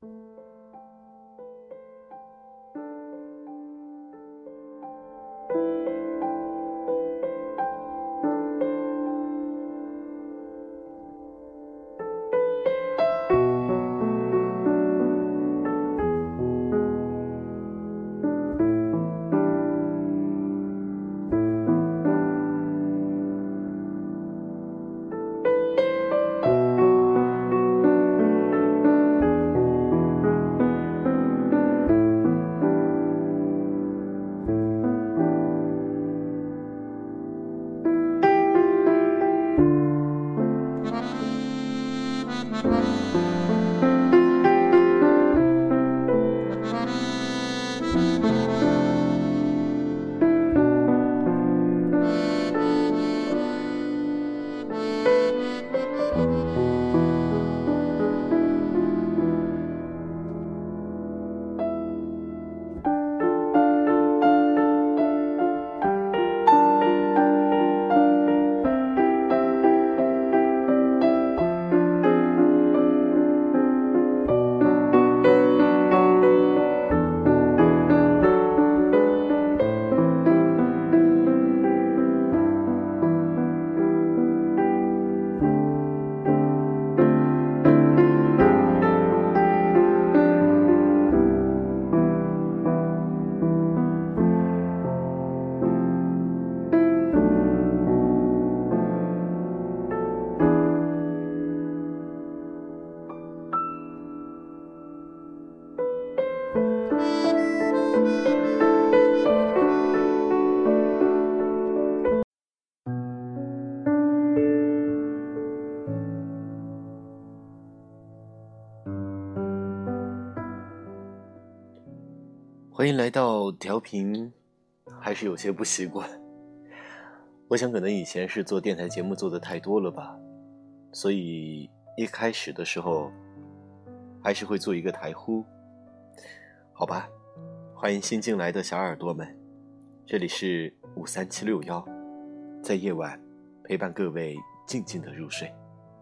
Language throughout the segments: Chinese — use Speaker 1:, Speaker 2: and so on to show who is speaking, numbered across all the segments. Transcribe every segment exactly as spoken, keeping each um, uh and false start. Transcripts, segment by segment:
Speaker 1: 欢迎来到调频，还是有些不习惯。我想可能以前是做电台节目做的太多了吧，所以一开始的时候还是会做一个台呼。好吧，欢迎新进来的小耳朵们，这里是五三七六一，在夜晚陪伴各位静静的入睡。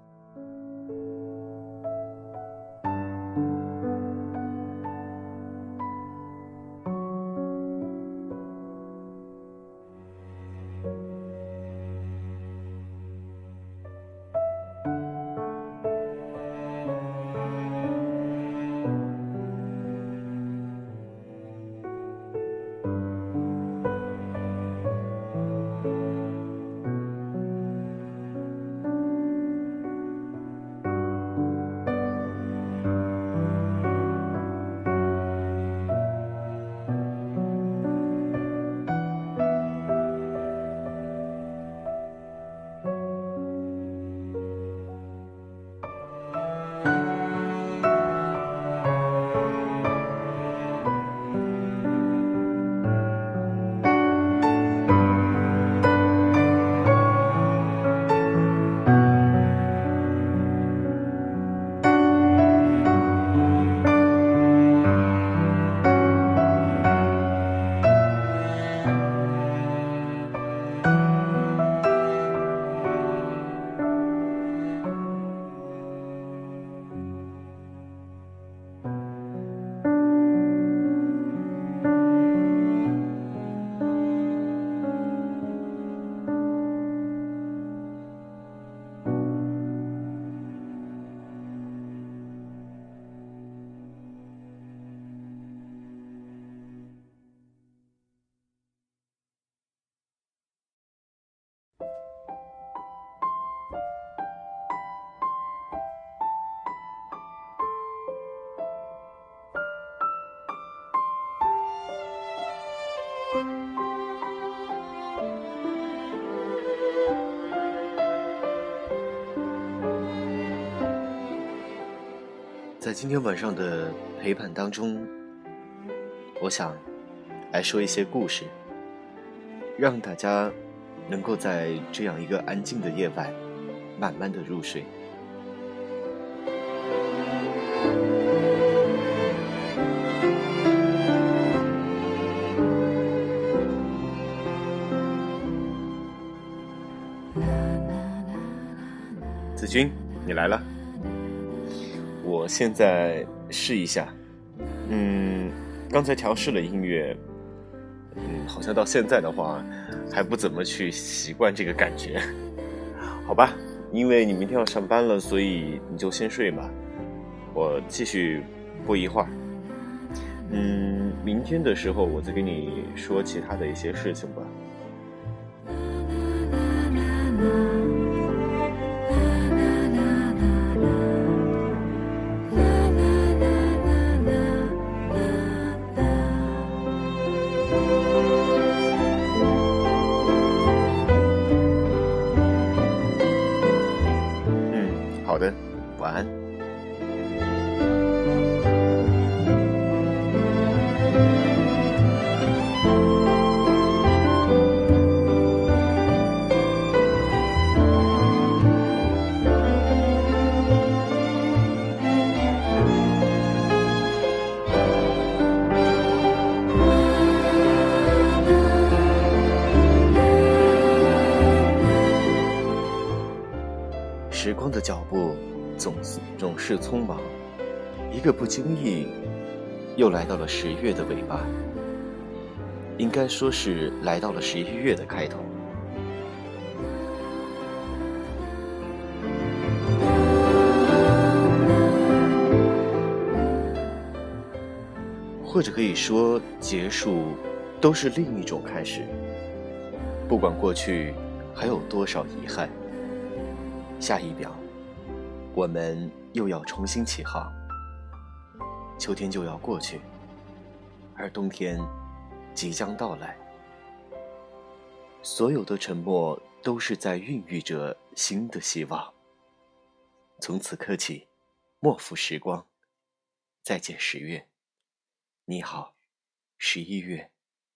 Speaker 1: 在今天晚上的陪伴当中，我想来说一些故事，让大家能够在这样一个安静的夜晚慢慢的入睡。子君，你来了。我现在试一下。嗯，刚才调试了音乐，嗯，好像到现在的话还不怎么去习惯这个感觉。好吧，因为你明天要上班了，所以你就先睡吧，我继续播一会儿。嗯，明天的时候我再跟你说其他的一些事情吧。嗯，好的，晚安。时光的脚步总总是匆忙，一个不经意，又来到了十月的尾巴，应该说是来到了十一月的开头。或者可以说，结束都是另一种开始。不管过去还有多少遗憾，下一秒，我们又要重新起航。秋天就要过去，而冬天即将到来。所有的沉默都是在孕育着新的希望。从此刻起，莫负时光，再见十月，你好，十一月。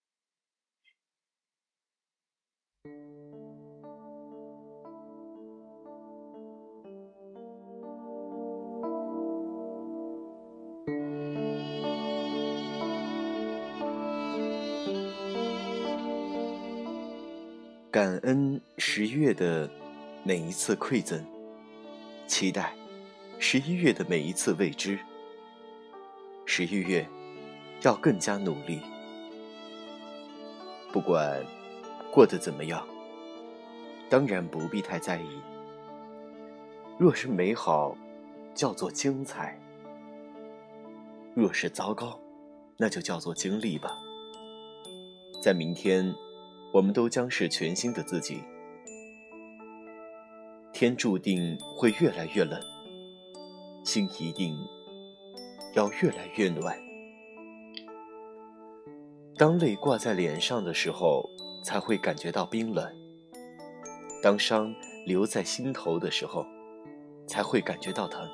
Speaker 1: 感恩十月的每一次馈赠，期待十一月的每一次未知。十一月要更加努力，不管过得怎么样，当然不必太在意。若是美好，叫做精彩；若是糟糕，那就叫做经历吧。在明天，我们都将是全新的自己。天注定会越来越冷，心一定要越来越暖。当泪挂在脸上的时候，才会感觉到冰冷；当伤留在心头的时候，才会感觉到疼。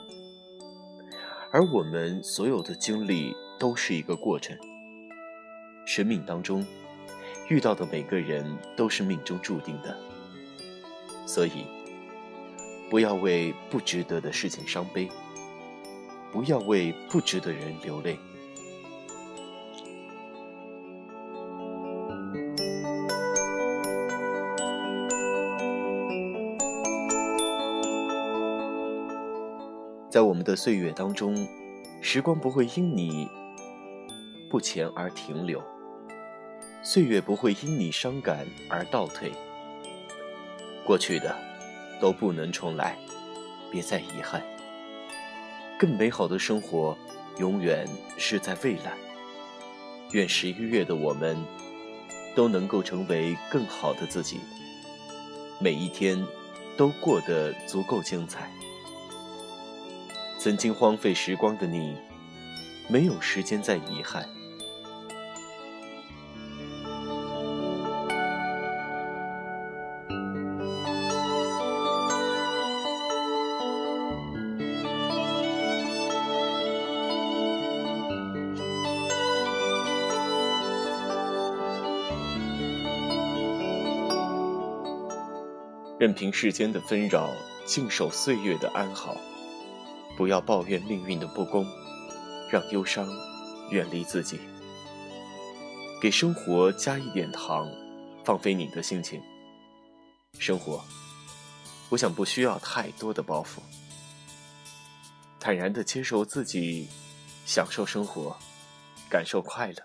Speaker 1: 而我们所有的经历都是一个过程，生命当中遇到的每个人都是命中注定的，所以不要为不值得的事情伤悲，不要为不值得人流泪。在我们的岁月当中，时光不会因你不前而停留，岁月不会因你伤感而倒退。过去的都不能重来，别再遗憾。更美好的生活永远是在未来。愿十一月的我们都能够成为更好的自己，每一天都过得足够精彩。曾经荒废时光的你，没有时间再遗憾。任凭世间的纷扰，静守岁月的安好。不要抱怨命运的不公，让忧伤远离自己。给生活加一点糖，放飞你的心情。生活，我想不需要太多的包袱。 坦然地接受自己，享受生活，感受快乐。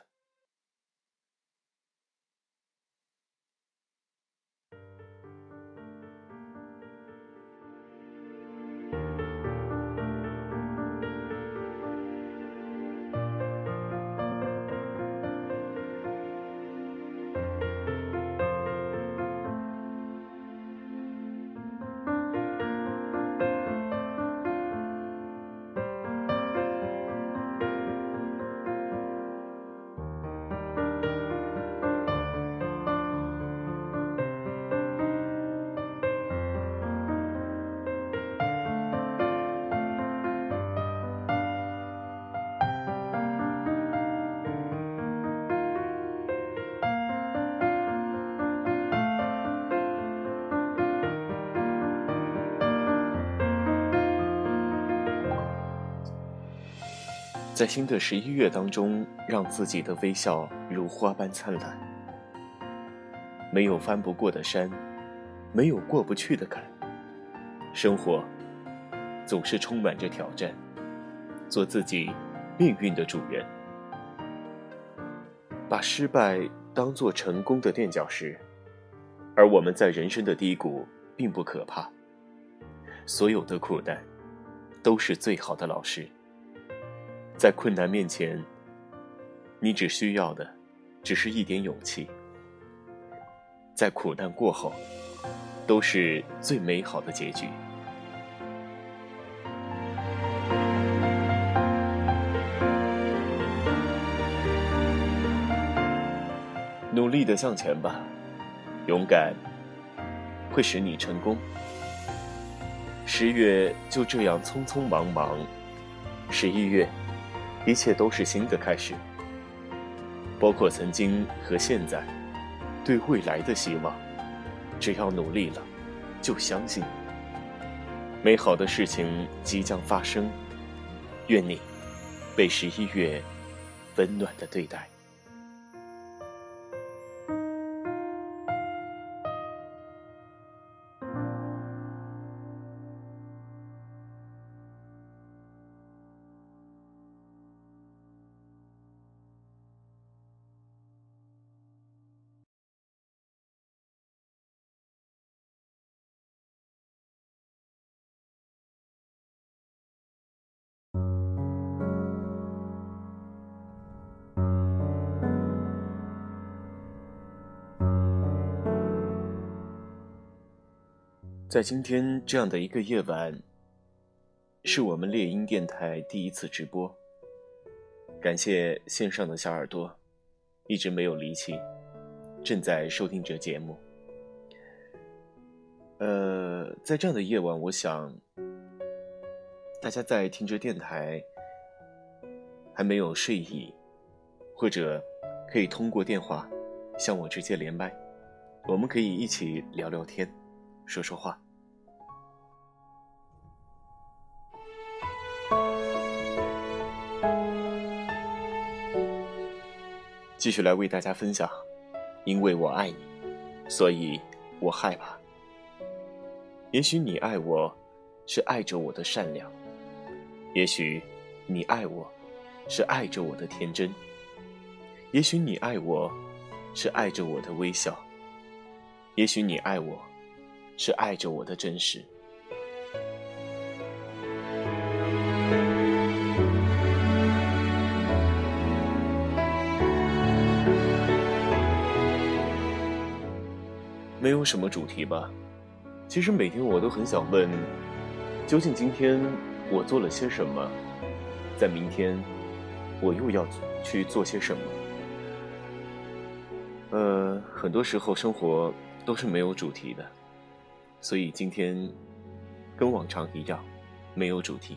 Speaker 1: 在新的十一月当中，让自己的微笑如花般灿烂。没有翻不过的山，没有过不去的坎。生活总是充满着挑战，做自己命运的主人。把失败当作成功的垫脚石，而我们在人生的低谷并不可怕。所有的苦难都是最好的老师。在困难面前，你只需要的只是一点勇气。在苦难过后，都是最美好的结局。努力地向前吧，勇敢会使你成功。十月就这样匆匆忙忙，十一月一切都是新的开始，包括曾经和现在，对未来的希望。只要努力了，就相信美好的事情即将发生。愿你被十一月温暖的对待。在今天这样的一个夜晚，是我们猎鹰电台第一次直播。感谢线上的小耳朵一直没有离弃，正在收听着节目。呃，在这样的夜晚，我想大家在听着电台还没有睡意，或者可以通过电话向我直接连麦，我们可以一起聊聊天，说说话。继续来为大家分享，因为我爱你，所以我害怕。也许你爱我是爱着我的善良，也许你爱我是爱着我的天真，也许你爱我是爱着我的微笑，也许你爱我是爱着我的真实。没有什么主题吧，其实每天我都很想问，究竟今天我做了些什么，在明天我又要去做些什么。呃，很多时候生活都是没有主题的，所以今天跟往常一样，没有主题。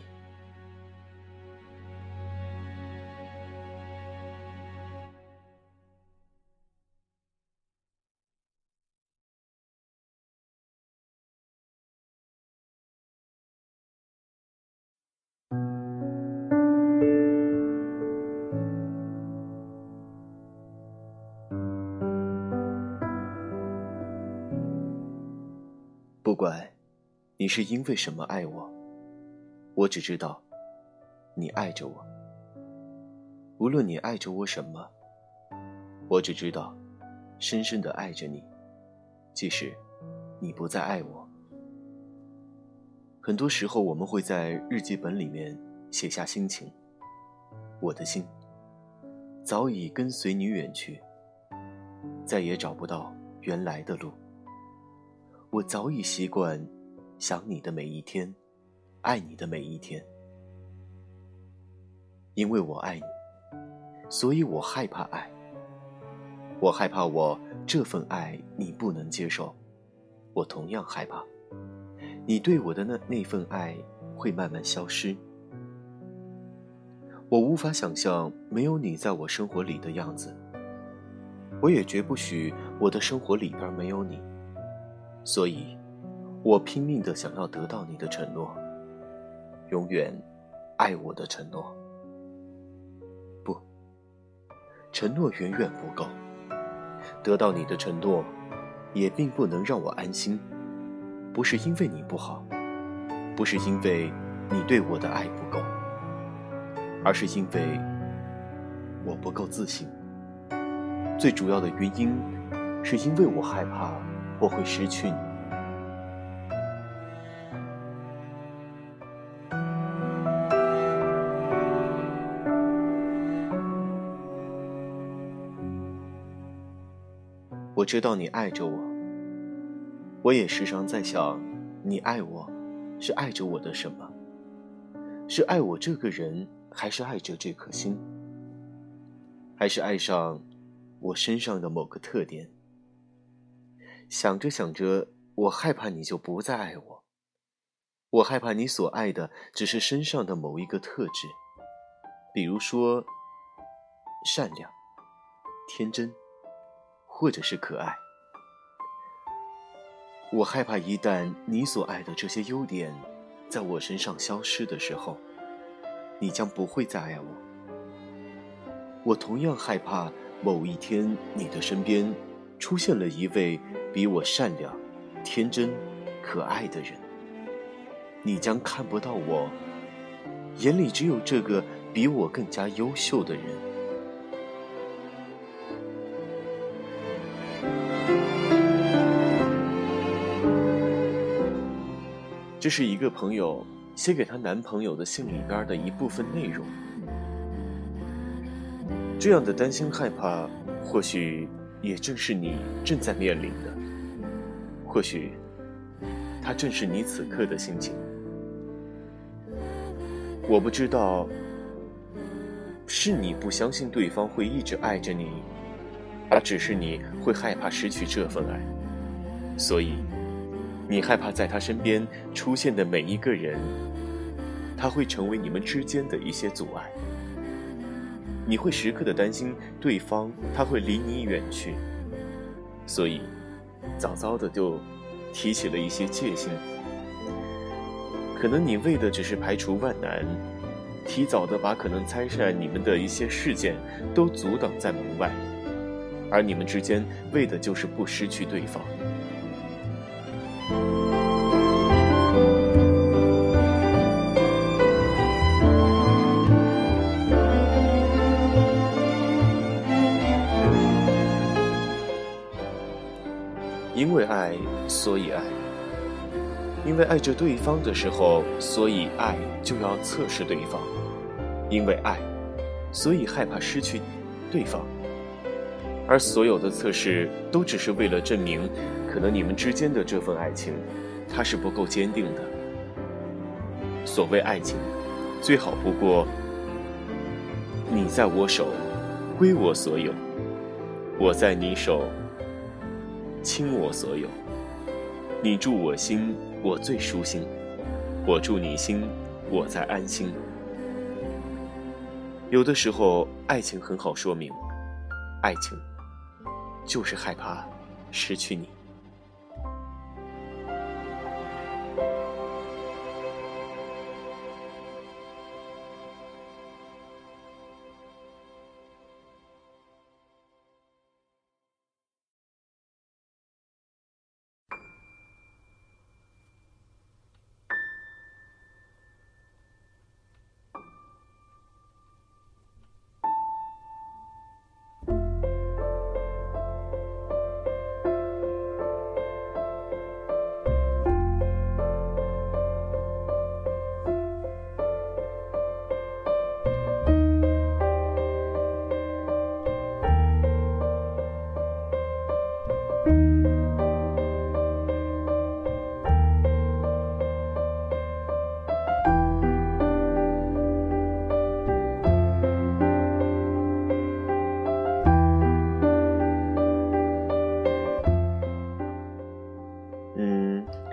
Speaker 1: 不管你是因为什么爱我，我只知道你爱着我。无论你爱着我什么，我只知道深深地爱着你，即使你不再爱我。很多时候我们会在日记本里面写下心情，我的心早已跟随你远去，再也找不到原来的路。我早已习惯想你的每一天，爱你的每一天。因为我爱你，所以我害怕爱。我害怕我这份爱你不能接受，我同样害怕你对我的那那份爱会慢慢消失。我无法想象没有你在我生活里的样子，我也绝不许我的生活里边没有你，所以我拼命地想要得到你的承诺，永远爱我的承诺。不，承诺远远不够，得到你的承诺也并不能让我安心，不是因为你不好，不是因为你对我的爱不够，而是因为我不够自信。最主要的原因是因为我害怕我会失去你。我知道你爱着我，我也时常在想，你爱我是爱着我的什么？是爱我这个人，还是爱着这颗心？还是爱上我身上的某个特点？想着想着，我害怕你就不再爱我，我害怕你所爱的只是身上的某一个特质，比如说善良、天真，或者是可爱。我害怕一旦你所爱的这些优点在我身上消失的时候，你将不会再爱我。我同样害怕某一天你的身边出现了一位比我善良、天真、可爱的人，你将看不到我，眼里只有这个比我更加优秀的人。这是一个朋友写给她男朋友的信里边的一部分内容。这样的担心害怕，或许也正是你正在面临的，或许它正是你此刻的心情。我不知道是你不相信对方会一直爱着你，而只是你会害怕失去这份爱，所以你害怕在他身边出现的每一个人，他会成为你们之间的一些阻碍。你会时刻的担心对方他会离你远去，所以早早的就提起了一些戒心。可能你为的只是排除万难，提早的把可能拆散你们的一些事件都阻挡在门外，而你们之间为的就是不失去对方。因为爱，所以爱。因为爱着对方的时候，所以爱就要测试对方。因为爱，所以害怕失去对方。而所有的测试都只是为了证明，可能你们之间的这份爱情，它是不够坚定的。所谓爱情，最好不过你在我手，归我所有；我在你手，倾我所有。你住我心，我最舒心；我住你心，我在安心。有的时候，爱情很好说明，爱情就是害怕失去你。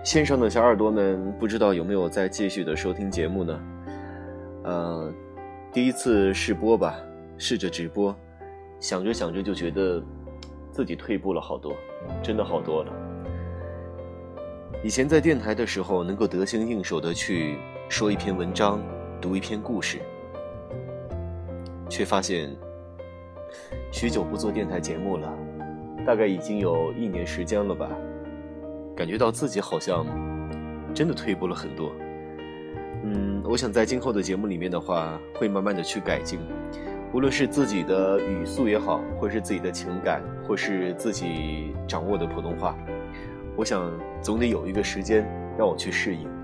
Speaker 1: 线上的小耳朵们，不知道有没有在继续的收听节目呢？呃，第一次试播吧，试着直播，想着想着就觉得自己退步了好多，真的好多了。以前在电台的时候，能够得心应手的去说一篇文章，读一篇故事，却发现许久不做电台节目了，大概已经有一年时间了吧，感觉到自己好像真的退步了很多。嗯，我想在今后的节目里面的话，会慢慢的去改进，无论是自己的语速也好，或是自己的情感，或是自己掌握的普通话，我想总得有一个时间让我去适应。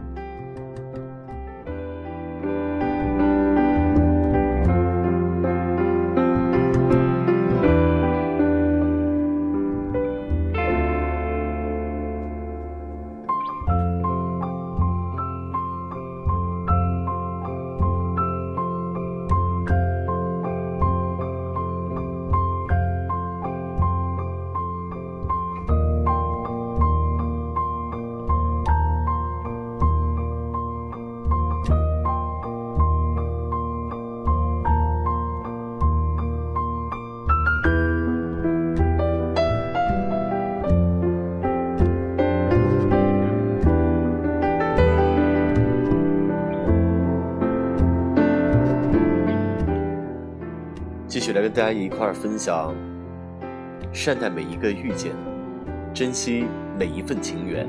Speaker 1: 继续来跟大家一块儿分享，善待每一个遇见，珍惜每一份情缘。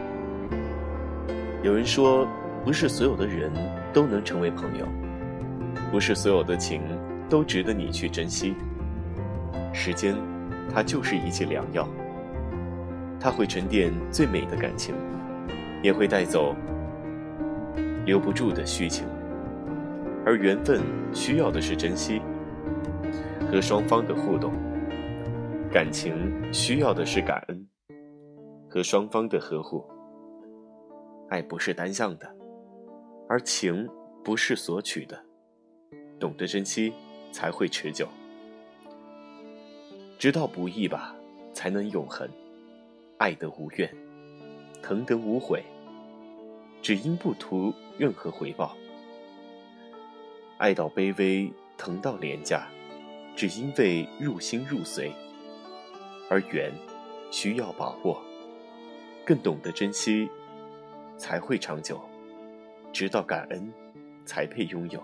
Speaker 1: 有人说，不是所有的人都能成为朋友，不是所有的情都值得你去珍惜。时间，它就是一剂良药，它会沉淀最美的感情，也会带走留不住的虚情。而缘分需要的是珍惜和双方的互动，感情需要的是感恩和双方的呵护。爱不是单向的，而情不是索取的，懂得珍惜才会持久。知道不易吧，才能永恒。爱得无怨，疼得无悔，只因不图任何回报。爱到卑微，疼到廉价，只因为入心入髓。而缘需要把握，更懂得珍惜才会长久，知道感恩才配拥有。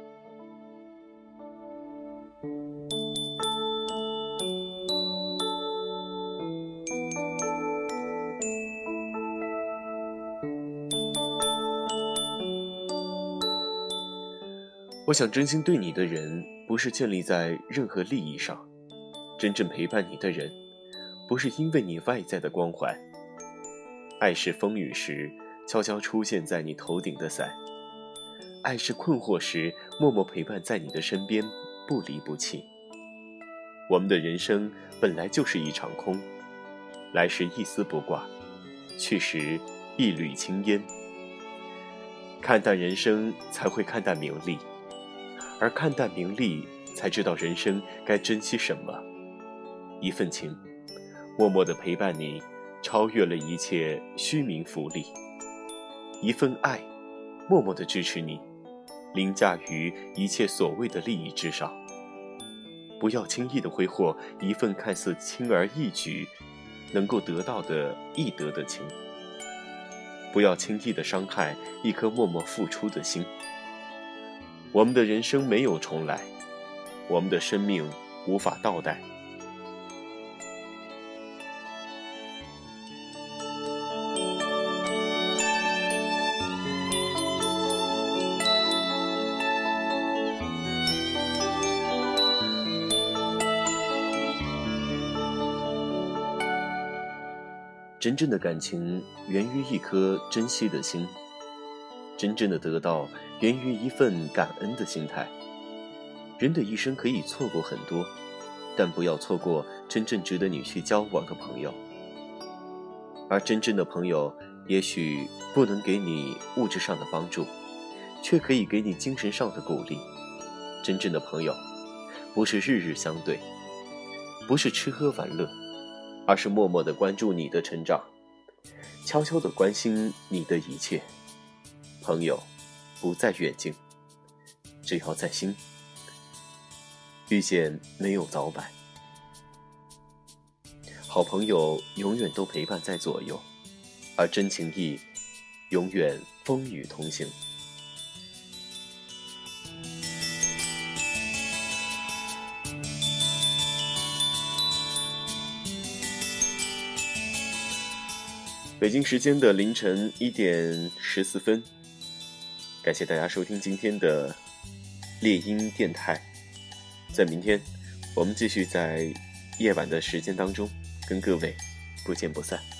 Speaker 1: 我想真心对你的人，不是建立在任何利益上，真正陪伴你的人，不是因为你外在的光环。爱是风雨时悄悄出现在你头顶的伞，爱是困惑时默默陪伴在你的身边，不离不弃。我们的人生本来就是一场空，来时一丝不挂，去时一缕青烟。看淡人生，才会看淡名利，而看淡名利，才知道人生该珍惜什么。一份情，默默地陪伴你，超越了一切虚名浮利；一份爱，默默地支持你，凌驾于一切所谓的利益之上。不要轻易地挥霍一份看似轻而易举能够得到的易得的情，不要轻易地伤害一颗默默付出的心。我们的人生没有重来，我们的生命无法倒带。真正的感情源于一颗珍惜的心，真正的得到源于一份感恩的心态。人的一生可以错过很多，但不要错过真正值得你去交往的朋友。而真正的朋友也许不能给你物质上的帮助，却可以给你精神上的鼓励。真正的朋友不是日日相对，不是吃喝玩乐，而是默默地关注你的成长， 悄悄地关心你的一切。朋友不在远近，只要在心。遇见没有早晚，好朋友永远都陪伴在左右，而真情谊永远风雨同行。北京时间的凌晨一点十四分，感谢大家收听今天的猎鹰电台。在明天，我们继续在夜晚的时间当中跟各位不见不散。